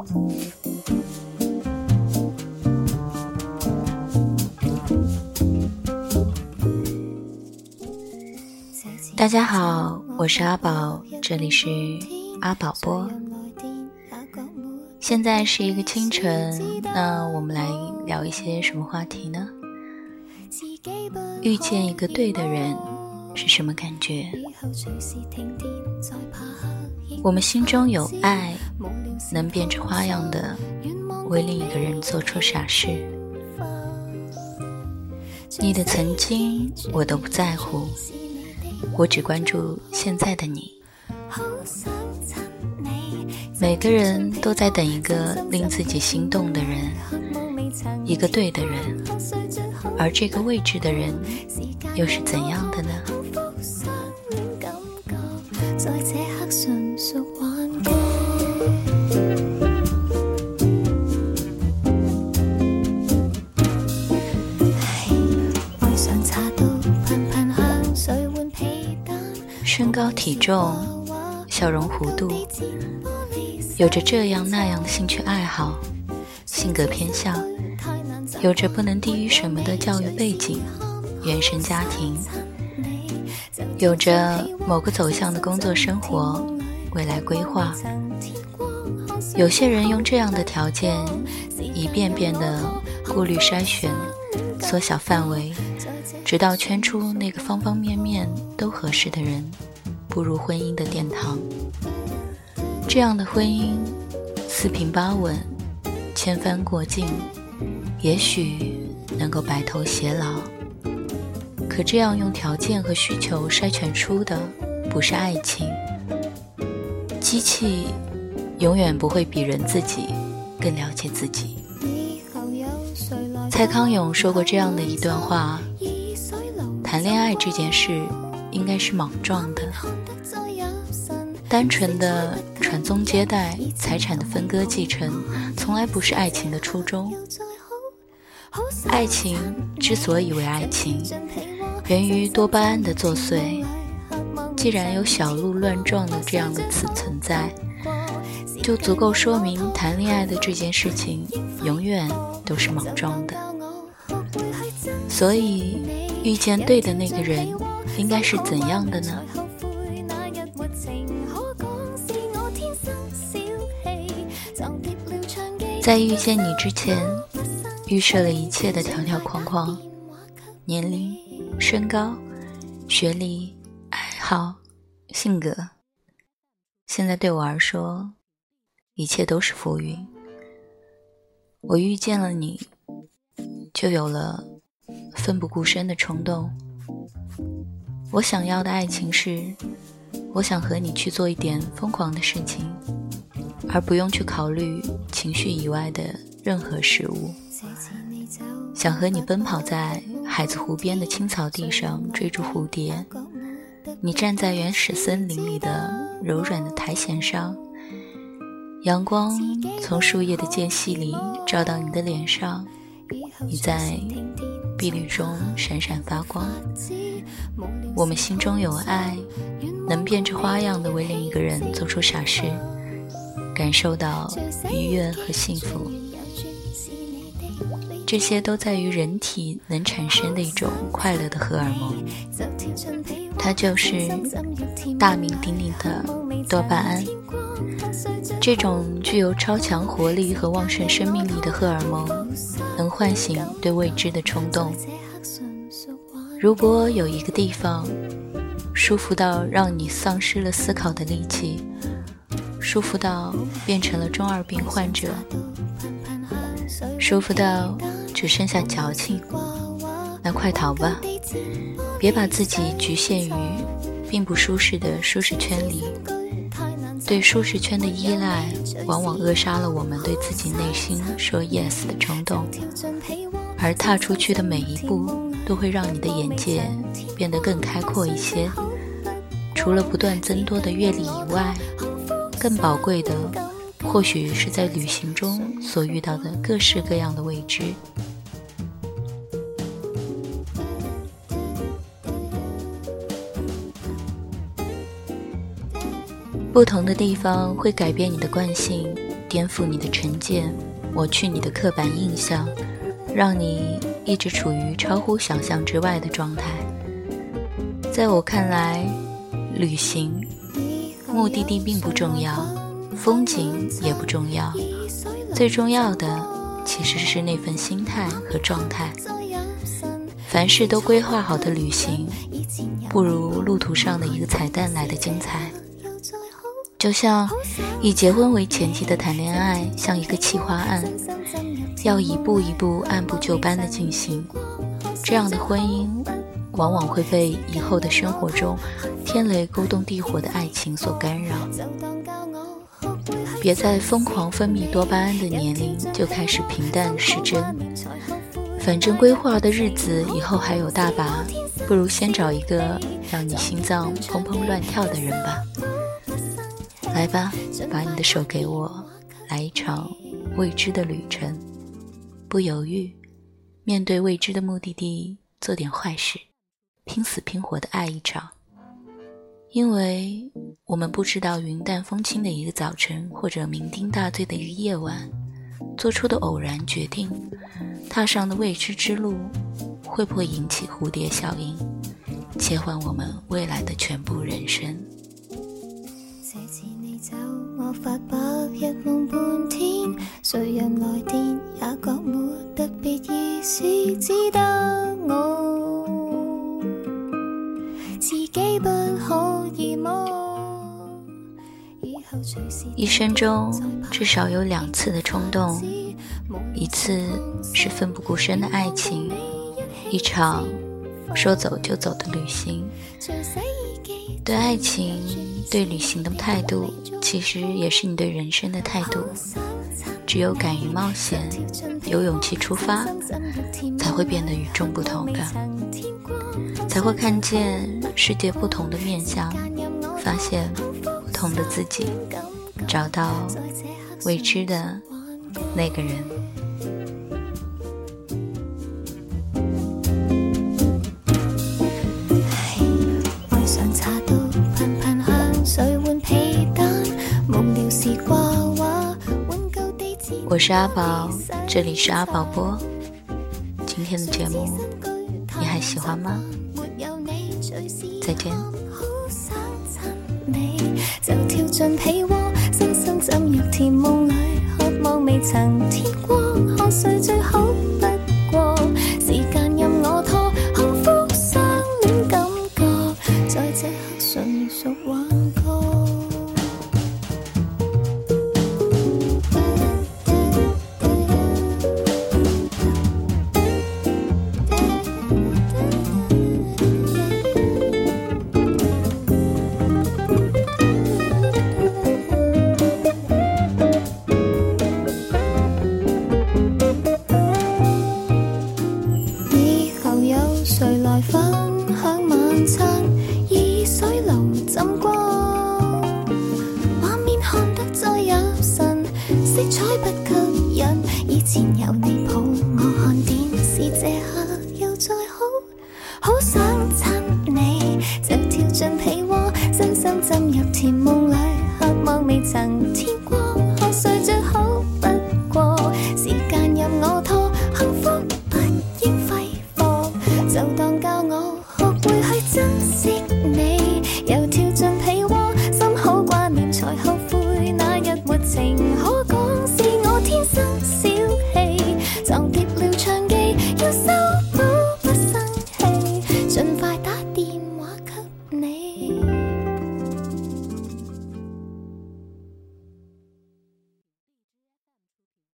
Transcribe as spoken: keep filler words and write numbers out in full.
大家好，我是阿宝，这里是阿宝播。现在是一个清晨，那我们来聊一些什么话题呢？遇见一个对的人是什么感觉？我们心中有爱，能变着花样的为另一个人做出傻事。你的曾经我都不在乎，我只关注现在的你。每个人都在等一个令自己心动的人，一个对的人，而这个未知的人又是怎样的呢？身高体重，笑容弧度，有着这样那样的兴趣爱好，性格偏向，有着不能低于什么的教育背景，原生家庭，有着某个走向的工作生活，未来规划。有些人用这样的条件一遍遍的过滤筛选，缩小范围，直到圈出那个方方面面都合适的人，步入婚姻的殿堂。这样的婚姻四平八稳，千帆过尽，也许能够白头偕老。可这样用条件和需求筛选出的不是爱情。机器永远不会比人自己更了解自己。蔡康永说过这样的一段话：谈恋爱这件事应该是莽撞的，单纯的传宗接代，财产的分割继承，从来不是爱情的初衷。爱情之所以为爱情，源于多巴胺的作祟。既然有小鹿乱撞的这样的词存在，就足够说明谈恋爱的这件事情永远都是莽撞的。所以遇见对的那个人应该是怎样的呢？在遇见你之前，预设了一切的条条框框，年龄、身高、学历、爱好、性格。现在对我而说，一切都是浮云。我遇见了你，就有了奋不顾身的冲动。我想要的爱情是，我想和你去做一点疯狂的事情，而不用去考虑情绪以外的任何事物。想和你奔跑在海子湖边的青草地上追逐蝴蝶，你站在原始森林里的柔软的苔藓上，阳光从树叶的间隙里照到你的脸上，你在碧绿中闪闪发光。我们心中有爱，能变着花样地为另一个人做出傻事，感受到愉悦和幸福。这些都在于人体能产生的一种快乐的荷尔蒙，它就是大名鼎鼎的多巴胺。这种具有超强活力和旺盛生命力的荷尔蒙，能唤醒对未知的冲动。如果有一个地方舒服到让你丧失了思考的力气，舒服到变成了中二病患者，舒服到只剩下矫情，那快逃吧，别把自己局限于并不舒适的舒适圈里。对舒适圈的依赖往往扼杀了我们对自己内心说 yes 的冲动，而踏出去的每一步都会让你的眼界变得更开阔一些。除了不断增多的阅历以外，更宝贵的或许是在旅行中所遇到的各式各样的未知。不同的地方会改变你的惯性， 颠覆你的成见，抹去你的刻板印象，让你一直处于超乎想象之外的状态。在我看来，旅行目的地并不重要，风景也不重要，最重要的其实是那份心态和状态。凡事都规划好的旅行，不如路途上的一个彩蛋来的精彩。就像以结婚为前提的谈恋爱，像一个企划案，要一步一步按部就班地进行。这样的婚姻往往会被以后的生活中天雷勾动地火的爱情所干扰。别在疯狂分泌多巴胺的年龄就开始平淡失真，反正规划的日子以后还有大把，不如先找一个让你心脏砰砰乱跳的人吧。来吧，把你的手给我，来一场未知的旅程。不犹豫，面对未知的目的地，做点坏事，拼死拼活的爱一场。因为我们不知道云淡风轻的一个早晨，或者酩酊大醉的一个夜晚，做出的偶然决定，踏上的未知之路，会不会引起蝴蝶效应，切换我们未来的全部人生。 这次你走，我發白日夢半天，誰人來電也覺沒特別意思，只得我自己不可以摸。一生中至少有兩次的衝動，一次是奮不顧身的愛情，一場說走就走的旅行。对爱情对旅行的态度，其实也是你对人生的态度。只有敢于冒险，有勇气出发，才会变得与众不同的，才会看见世界不同的面向，发现不同的自己，找到未知的那个人。我是阿宝，这里是阿宝播。今天的节目你还喜欢吗？再见。就跳進被窩，深深浸入甜夢裏，渴望未曾天光，看誰最好不過，時間任我拖，幸福相戀感覺，在這刻純屬幻覺。誰來分享晚餐？以水流浸光，畫面看得再入神，色彩不吸引。以前有你抱我看電視，這刻又再好，好想親你，就跳進被窩，深深浸入甜夢裏，渴望未曾天光，看誰最好不過，時間任我拖，幸福不應揮放，就當教我